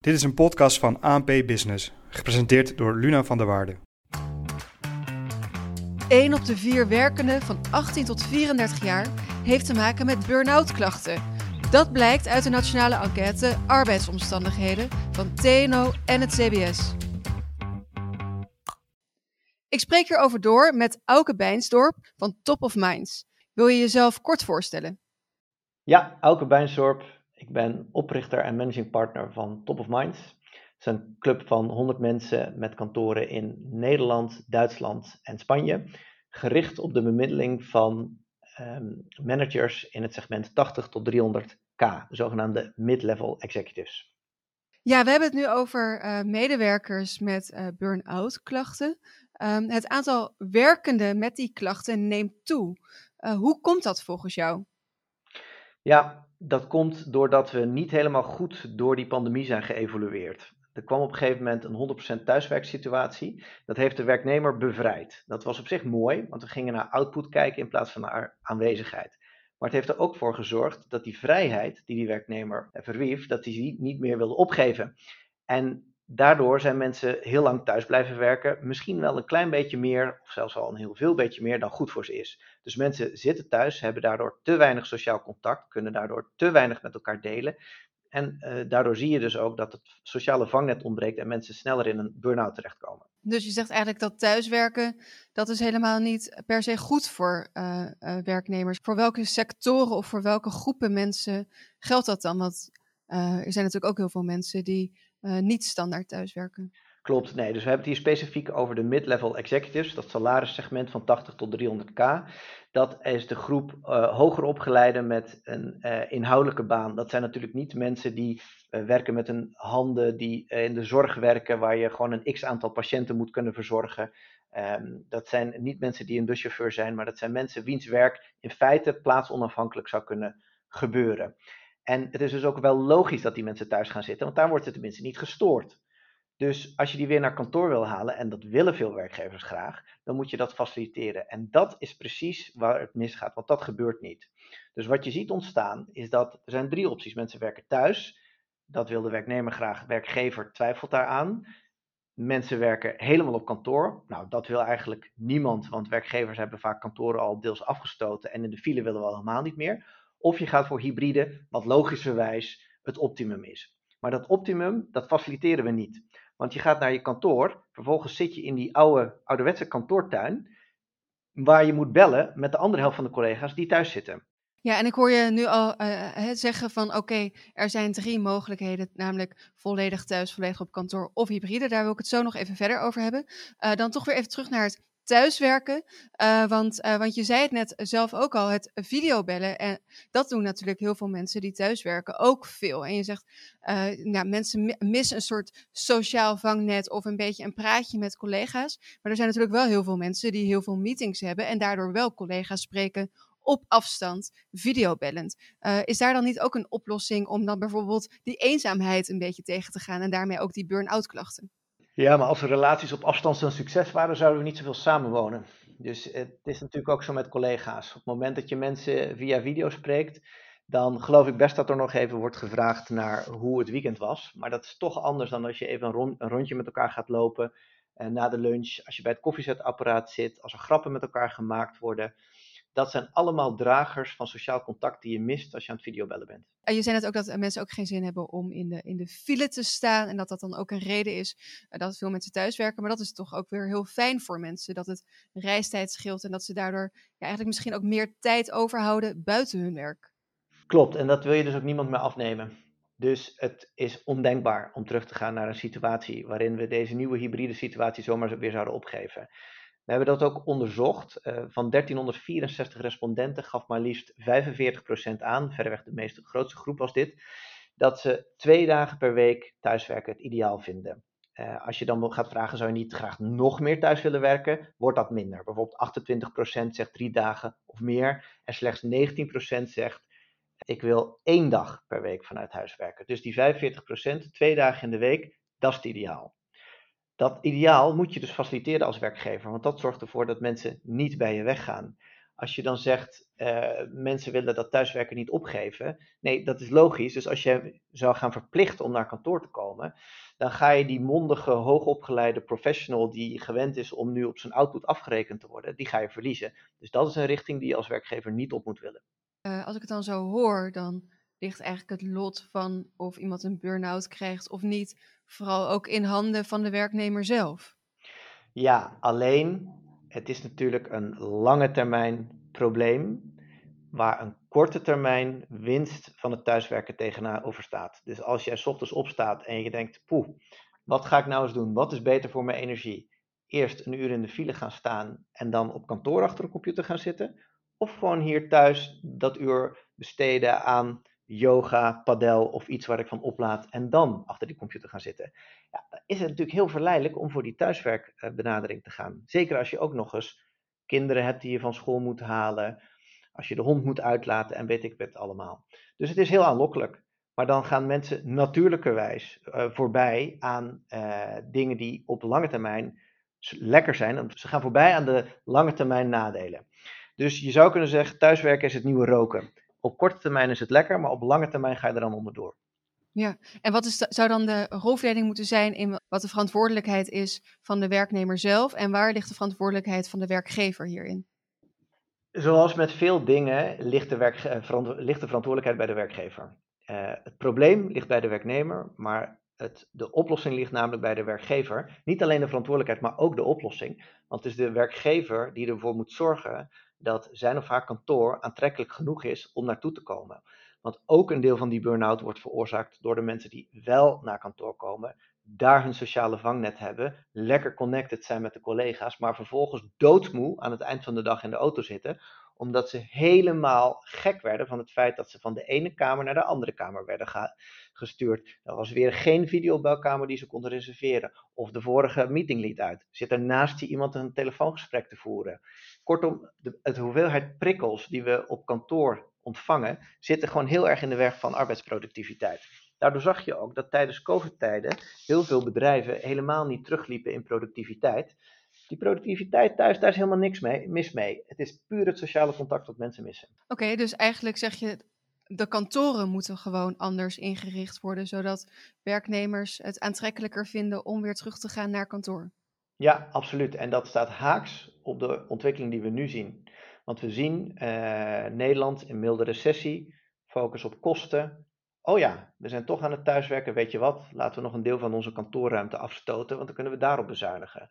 Dit is een podcast van ANP Business, gepresenteerd door Luna van der Waarde. 1 op de 4 werkenden van 18 tot 34 jaar heeft te maken met burn-out klachten. Dat blijkt uit de nationale enquête arbeidsomstandigheden van TNO en het CBS. Ik spreek hierover door met Auke Beinsdorp van Top of Minds. Wil je jezelf kort voorstellen? Ja, Auke Beinsdorp. Ik ben oprichter en managing partner van Top of Minds. Het is een club van 100 mensen met kantoren in Nederland, Duitsland en Spanje. Gericht op de bemiddeling van managers in het segment 80 tot 300k, de zogenaamde mid-level executives. Ja, we hebben het nu over medewerkers met burn-out klachten. Het aantal werkenden met die klachten neemt toe. Hoe komt dat volgens jou? Ja, dat komt doordat we niet helemaal goed door die pandemie zijn geëvolueerd. Er kwam op een gegeven moment een 100% thuiswerksituatie. Dat heeft de werknemer bevrijd. Dat was op zich mooi, want we gingen naar output kijken in plaats van naar aanwezigheid. Maar het heeft er ook voor gezorgd dat die vrijheid die die werknemer verwierf, dat hij die niet meer wilde opgeven. En daardoor zijn mensen heel lang thuis blijven werken. Misschien wel een klein beetje meer, of zelfs al een heel veel beetje meer dan goed voor ze is. Dus mensen zitten thuis, hebben daardoor te weinig sociaal contact, kunnen daardoor te weinig met elkaar delen. En daardoor zie je dus ook dat het sociale vangnet ontbreekt en mensen sneller in een burn-out terechtkomen. Dus je zegt eigenlijk dat thuiswerken, dat is helemaal niet per se goed voor werknemers. Voor welke sectoren of voor welke groepen mensen geldt dat dan? Want er zijn natuurlijk ook heel veel mensen die niet standaard thuiswerken. Klopt, nee. Dus we hebben het hier specifiek over de mid-level executives, dat salarissegment van 80 tot 300k. Dat is de groep hoger opgeleiden met een inhoudelijke baan. Dat zijn natuurlijk niet mensen die werken met hun handen, die in de zorg werken, waar je gewoon een x-aantal patiënten moet kunnen verzorgen. Dat zijn niet mensen die een buschauffeur zijn, maar dat zijn mensen wiens werk in feite plaatsonafhankelijk zou kunnen gebeuren. En het is dus ook wel logisch dat die mensen thuis gaan zitten, want daar wordt het tenminste niet gestoord. Dus als je die weer naar kantoor wil halen, en dat willen veel werkgevers graag, dan moet je dat faciliteren. En dat is precies waar het misgaat, want dat gebeurt niet. Dus wat je ziet ontstaan, is dat er zijn 3 opties. Mensen werken thuis, dat wil de werknemer graag, werkgever twijfelt daaraan. Mensen werken helemaal op kantoor. Nou, dat wil eigenlijk niemand, want werkgevers hebben vaak kantoren al deels afgestoten en in de file willen we al helemaal niet meer. Of je gaat voor hybride, wat logischerwijs het optimum is. Maar dat optimum, dat faciliteren we niet. Want je gaat naar je kantoor, vervolgens zit je in die ouderwetse kantoortuin, waar je moet bellen met de andere helft van de collega's die thuis zitten. Ja, en ik hoor je nu al zeggen van oké, er zijn 3 mogelijkheden, namelijk volledig thuis, volledig op kantoor of hybride. Daar wil ik het zo nog even verder over hebben. Dan toch weer even terug naar het thuiswerken, want je zei het net zelf ook al, het videobellen. En dat doen natuurlijk heel veel mensen die thuiswerken ook veel. En je zegt, mensen missen een soort sociaal vangnet of een beetje een praatje met collega's. Maar er zijn natuurlijk wel heel veel mensen die heel veel meetings hebben en daardoor wel collega's spreken op afstand, videobellend. Is daar dan niet ook een oplossing om dan bijvoorbeeld die eenzaamheid een beetje tegen te gaan en daarmee ook die burn-out klachten? Ja, maar als de relaties op afstand een succes waren, zouden we niet zoveel samenwonen. Dus het is natuurlijk ook zo met collega's. Op het moment dat je mensen via video spreekt, dan geloof ik best dat er nog even wordt gevraagd naar hoe het weekend was. Maar dat is toch anders dan als je even een rondje met elkaar gaat lopen na de lunch, als je bij het koffiezetapparaat zit, als er grappen met elkaar gemaakt worden. Dat zijn allemaal dragers van sociaal contact die je mist als je aan het videobellen bent. En je zei net ook dat mensen ook geen zin hebben om in de file te staan en dat dat dan ook een reden is dat veel mensen thuiswerken. Maar dat is toch ook weer heel fijn voor mensen, dat het reistijd scheelt en dat ze daardoor eigenlijk misschien ook meer tijd overhouden buiten hun werk. Klopt, en dat wil je dus ook niemand meer afnemen. Dus het is ondenkbaar om terug te gaan naar een situatie waarin we deze nieuwe hybride situatie zomaar weer zouden opgeven. We hebben dat ook onderzocht. Van 1364 respondenten gaf maar liefst 45% aan, verreweg de grootste groep was dit, dat ze 2 dagen per week thuiswerken het ideaal vinden. Als je dan gaat vragen, zou je niet graag nog meer thuis willen werken, wordt dat minder. Bijvoorbeeld 28% zegt 3 dagen of meer en slechts 19% zegt, ik wil 1 dag per week vanuit huis werken. Dus die 45%, 2 dagen in de week, dat is het ideaal. Dat ideaal moet je dus faciliteren als werkgever, want dat zorgt ervoor dat mensen niet bij je weggaan. Als je dan zegt, mensen willen dat thuiswerken niet opgeven. Nee, dat is logisch. Dus als je zou gaan verplichten om naar kantoor te komen, dan ga je die mondige, hoogopgeleide professional die gewend is om nu op zijn output afgerekend te worden, die ga je verliezen. Dus dat is een richting die je als werkgever niet op moet willen. Als ik het dan zo hoor, dan ligt eigenlijk het lot van of iemand een burn-out krijgt of niet, vooral ook in handen van de werknemer zelf. Ja, alleen het is natuurlijk een lange termijn probleem waar een korte termijn winst van het thuiswerken tegenover staat. Dus als jij 's ochtends opstaat en je denkt, poeh, wat ga ik nou eens doen? Wat is beter voor mijn energie? Eerst een uur in de file gaan staan en dan op kantoor achter een computer gaan zitten? Of gewoon hier thuis dat uur besteden aan yoga, padel of iets waar ik van oplaad en dan achter die computer gaan zitten? Ja, dan is het natuurlijk heel verleidelijk om voor die thuiswerkbenadering te gaan. Zeker als je ook nog eens kinderen hebt die je van school moet halen, als je de hond moet uitlaten en weet ik het allemaal. Dus het is heel aanlokkelijk. Maar dan gaan mensen natuurlijkerwijs voorbij aan dingen die op lange termijn lekker zijn. Ze gaan voorbij aan de lange termijn nadelen. Dus je zou kunnen zeggen, thuiswerken is het nieuwe roken. Op korte termijn is het lekker, maar op lange termijn ga je er dan onderdoor. Ja, en wat zou dan de rolverdeling moeten zijn in wat de verantwoordelijkheid is van de werknemer zelf en waar ligt de verantwoordelijkheid van de werkgever hierin? Zoals met veel dingen ligt de verantwoordelijkheid bij de werkgever. Het probleem ligt bij de werknemer, maar de oplossing ligt namelijk bij de werkgever. Niet alleen de verantwoordelijkheid, maar ook de oplossing. Want het is de werkgever die ervoor moet zorgen dat zijn of haar kantoor aantrekkelijk genoeg is om naartoe te komen. Want ook een deel van die burn-out wordt veroorzaakt door de mensen die wel naar kantoor komen, daar hun sociale vangnet hebben, lekker connected zijn met de collega's, maar vervolgens doodmoe aan het eind van de dag in de auto zitten, omdat ze helemaal gek werden van het feit dat ze van de ene kamer naar de andere kamer werden gestuurd. Er was weer geen videobelkamer die ze konden reserveren. Of de vorige meeting liet uit. Zit er naast je iemand een telefoongesprek te voeren? Kortom, de hoeveelheid prikkels die we op kantoor ontvangen, zitten gewoon heel erg in de weg van arbeidsproductiviteit. Daardoor zag je ook dat tijdens COVID-tijden heel veel bedrijven helemaal niet terugliepen in productiviteit. Die productiviteit thuis, daar is helemaal niks mis mee. Het is puur het sociale contact dat mensen missen. Oké, dus eigenlijk zeg je, de kantoren moeten gewoon anders ingericht worden, zodat werknemers het aantrekkelijker vinden om weer terug te gaan naar kantoor. Ja, absoluut. En dat staat haaks op de ontwikkeling die we nu zien. Want we zien Nederland in milde recessie, focus op kosten. Oh ja, we zijn toch aan het thuiswerken. Weet je wat? Laten we nog een deel van onze kantoorruimte afstoten, want dan kunnen we daarop bezuinigen.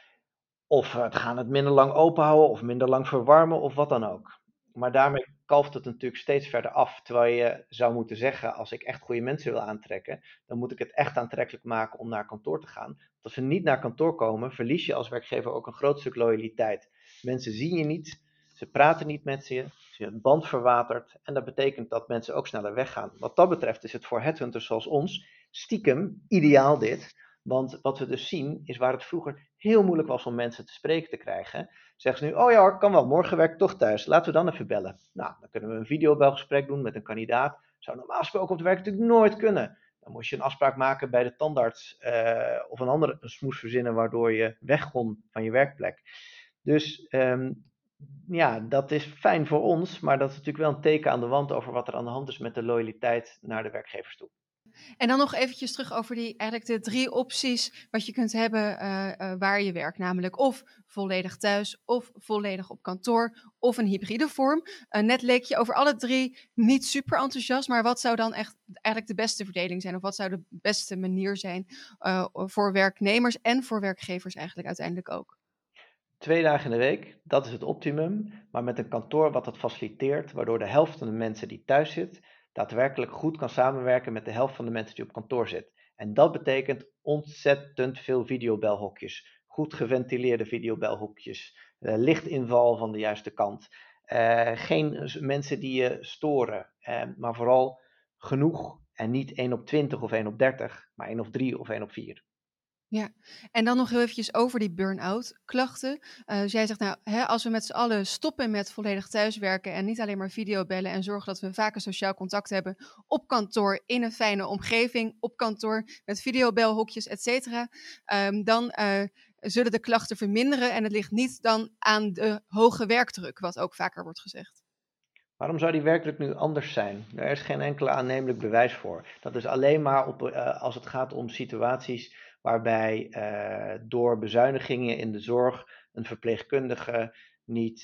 Of we gaan het minder lang openhouden of minder lang verwarmen of wat dan ook. Maar daarmee kalft het natuurlijk steeds verder af. Terwijl je zou moeten zeggen, als ik echt goede mensen wil aantrekken, dan moet ik het echt aantrekkelijk maken om naar kantoor te gaan. Want als ze niet naar kantoor komen, verlies je als werkgever ook een groot stuk loyaliteit. Mensen zien je niet, ze praten niet met je band verwatert en dat betekent dat mensen ook sneller weggaan. Wat dat betreft is het voor headhunters zoals ons stiekem ideaal dit. Want wat we dus zien, is waar het vroeger heel moeilijk was om mensen te spreken te krijgen, zeggen ze nu, oh ja hoor, kan wel, morgen werk ik toch thuis, laten we dan even bellen. Nou, dan kunnen we een videobelgesprek doen met een kandidaat. Zou normaal gesproken op het werk natuurlijk nooit kunnen. Dan moest je een afspraak maken bij de tandarts of een andere smoes verzinnen waardoor je weg kon van je werkplek. Dus ja, dat is fijn voor ons, maar dat is natuurlijk wel een teken aan de wand over wat er aan de hand is met de loyaliteit naar de werkgevers toe. En dan nog eventjes terug over eigenlijk de 3 opties wat je kunt hebben waar je werkt. Namelijk of volledig thuis, of volledig op kantoor, of een hybride vorm. Net leek je over alle 3 niet super enthousiast, maar wat zou dan echt eigenlijk de beste verdeling zijn? Of wat zou de beste manier zijn voor werknemers en voor werkgevers eigenlijk uiteindelijk ook? 2 dagen in de week, dat is het optimum, maar met een kantoor wat dat faciliteert, waardoor de helft van de mensen die thuis zit, daadwerkelijk goed kan samenwerken met de helft van de mensen die op kantoor zit. En dat betekent ontzettend veel videobelhokjes, goed geventileerde videobelhokjes, lichtinval van de juiste kant, geen mensen die je storen, maar vooral genoeg en niet 1 op 20 of 1 op 30, maar 1 op 3 of 1 op 4. Ja, en dan nog heel eventjes over die burn-out klachten. Dus jij zegt, nou, als we met z'n allen stoppen met volledig thuiswerken en niet alleen maar videobellen en zorgen dat we vaker sociaal contact hebben op kantoor, in een fijne omgeving, op kantoor, met videobelhokjes, et cetera, dan zullen de klachten verminderen en het ligt niet dan aan de hoge werkdruk, wat ook vaker wordt gezegd. Waarom zou die werkdruk nu anders zijn? Er is geen enkele aannemelijk bewijs voor. Dat is alleen maar als het gaat om situaties waarbij door bezuinigingen in de zorg een verpleegkundige niet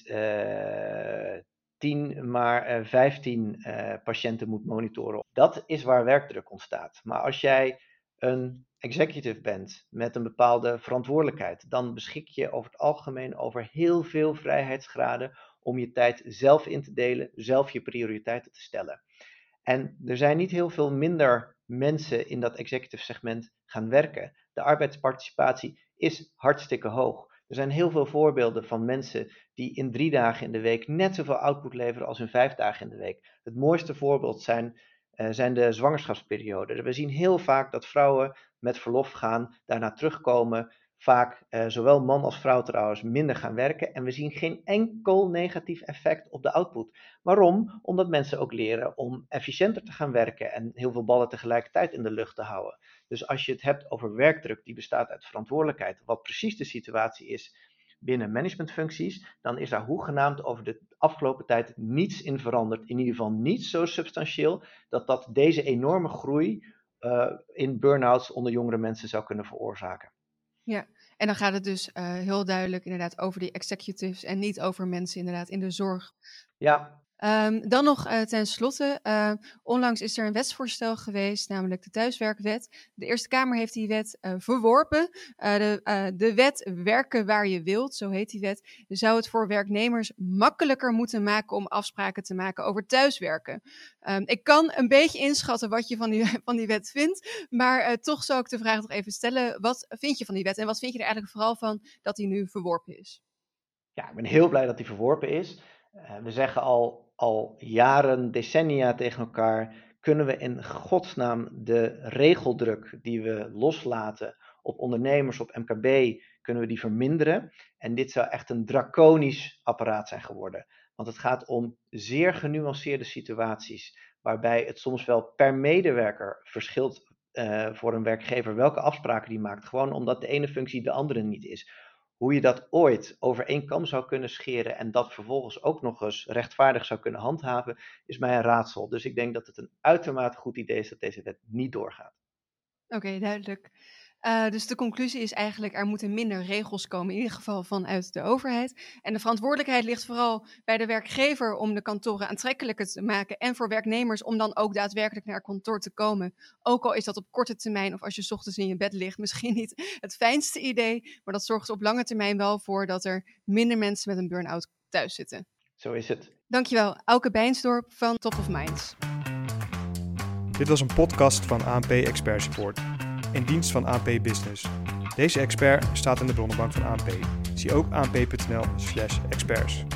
10, maar 15 patiënten moet monitoren. Dat is waar werkdruk ontstaat. Maar als jij een executive bent met een bepaalde verantwoordelijkheid, dan beschik je over het algemeen over heel veel vrijheidsgraden om je tijd zelf in te delen, zelf je prioriteiten te stellen. En er zijn niet heel veel minder mensen in dat executive segment gaan werken. De arbeidsparticipatie is hartstikke hoog. Er zijn heel veel voorbeelden van mensen die in 3 dagen in de week net zoveel output leveren als in 5 dagen in de week. Het mooiste voorbeeld zijn de zwangerschapsperioden. We zien heel vaak dat vrouwen met verlof gaan, daarna terugkomen, vaak zowel man als vrouw trouwens minder gaan werken en we zien geen enkel negatief effect op de output. Waarom? Omdat mensen ook leren om efficiënter te gaan werken en heel veel ballen tegelijkertijd in de lucht te houden. Dus als je het hebt over werkdruk die bestaat uit verantwoordelijkheid, wat precies de situatie is binnen managementfuncties, dan is daar hoegenaamd over de afgelopen tijd niets in veranderd. In ieder geval niet zo substantieel dat deze enorme groei in burn-outs onder jongere mensen zou kunnen veroorzaken. Ja, en dan gaat het dus heel duidelijk inderdaad over die executives en niet over mensen inderdaad in de zorg. Ja. Dan nog ten slotte, onlangs is er een wetsvoorstel geweest, namelijk de thuiswerkwet. De Eerste Kamer heeft die wet verworpen. De wet Werken waar je wilt, zo heet die wet, zou het voor werknemers makkelijker moeten maken om afspraken te maken over thuiswerken. Ik kan een beetje inschatten wat je van die wet vindt, maar toch zou ik de vraag nog even stellen. Wat vind je van die wet en wat vind je er eigenlijk vooral van dat die nu verworpen is? Ja, ik ben heel blij dat die verworpen is. We zeggen al jaren, decennia tegen elkaar, kunnen we in godsnaam de regeldruk die we loslaten op ondernemers, op MKB, kunnen we die verminderen. En dit zou echt een draconisch apparaat zijn geworden. Want het gaat om zeer genuanceerde situaties, waarbij het soms wel per medewerker verschilt voor een werkgever welke afspraken die maakt. Gewoon omdat de ene functie de andere niet is. Hoe je dat ooit over één kam zou kunnen scheren en dat vervolgens ook nog eens rechtvaardig zou kunnen handhaven, is mij een raadsel. Dus ik denk dat het een uitermate goed idee is dat deze wet niet doorgaat. Oké, duidelijk. Dus de conclusie is eigenlijk, er moeten minder regels komen, in ieder geval vanuit de overheid. En de verantwoordelijkheid ligt vooral bij de werkgever om de kantoren aantrekkelijker te maken en voor werknemers om dan ook daadwerkelijk naar kantoor te komen. Ook al is dat op korte termijn of als je 's ochtends in je bed ligt misschien niet het fijnste idee, maar dat zorgt er op lange termijn wel voor dat er minder mensen met een burn-out thuis zitten. Zo is het. Dankjewel, Auke Bijnsdorp van Top of Minds. Dit was een podcast van ANP Expert Support, in dienst van ANP Business. Deze expert staat in de bronnenbank van ANP. Zie ook anp.nl/experts.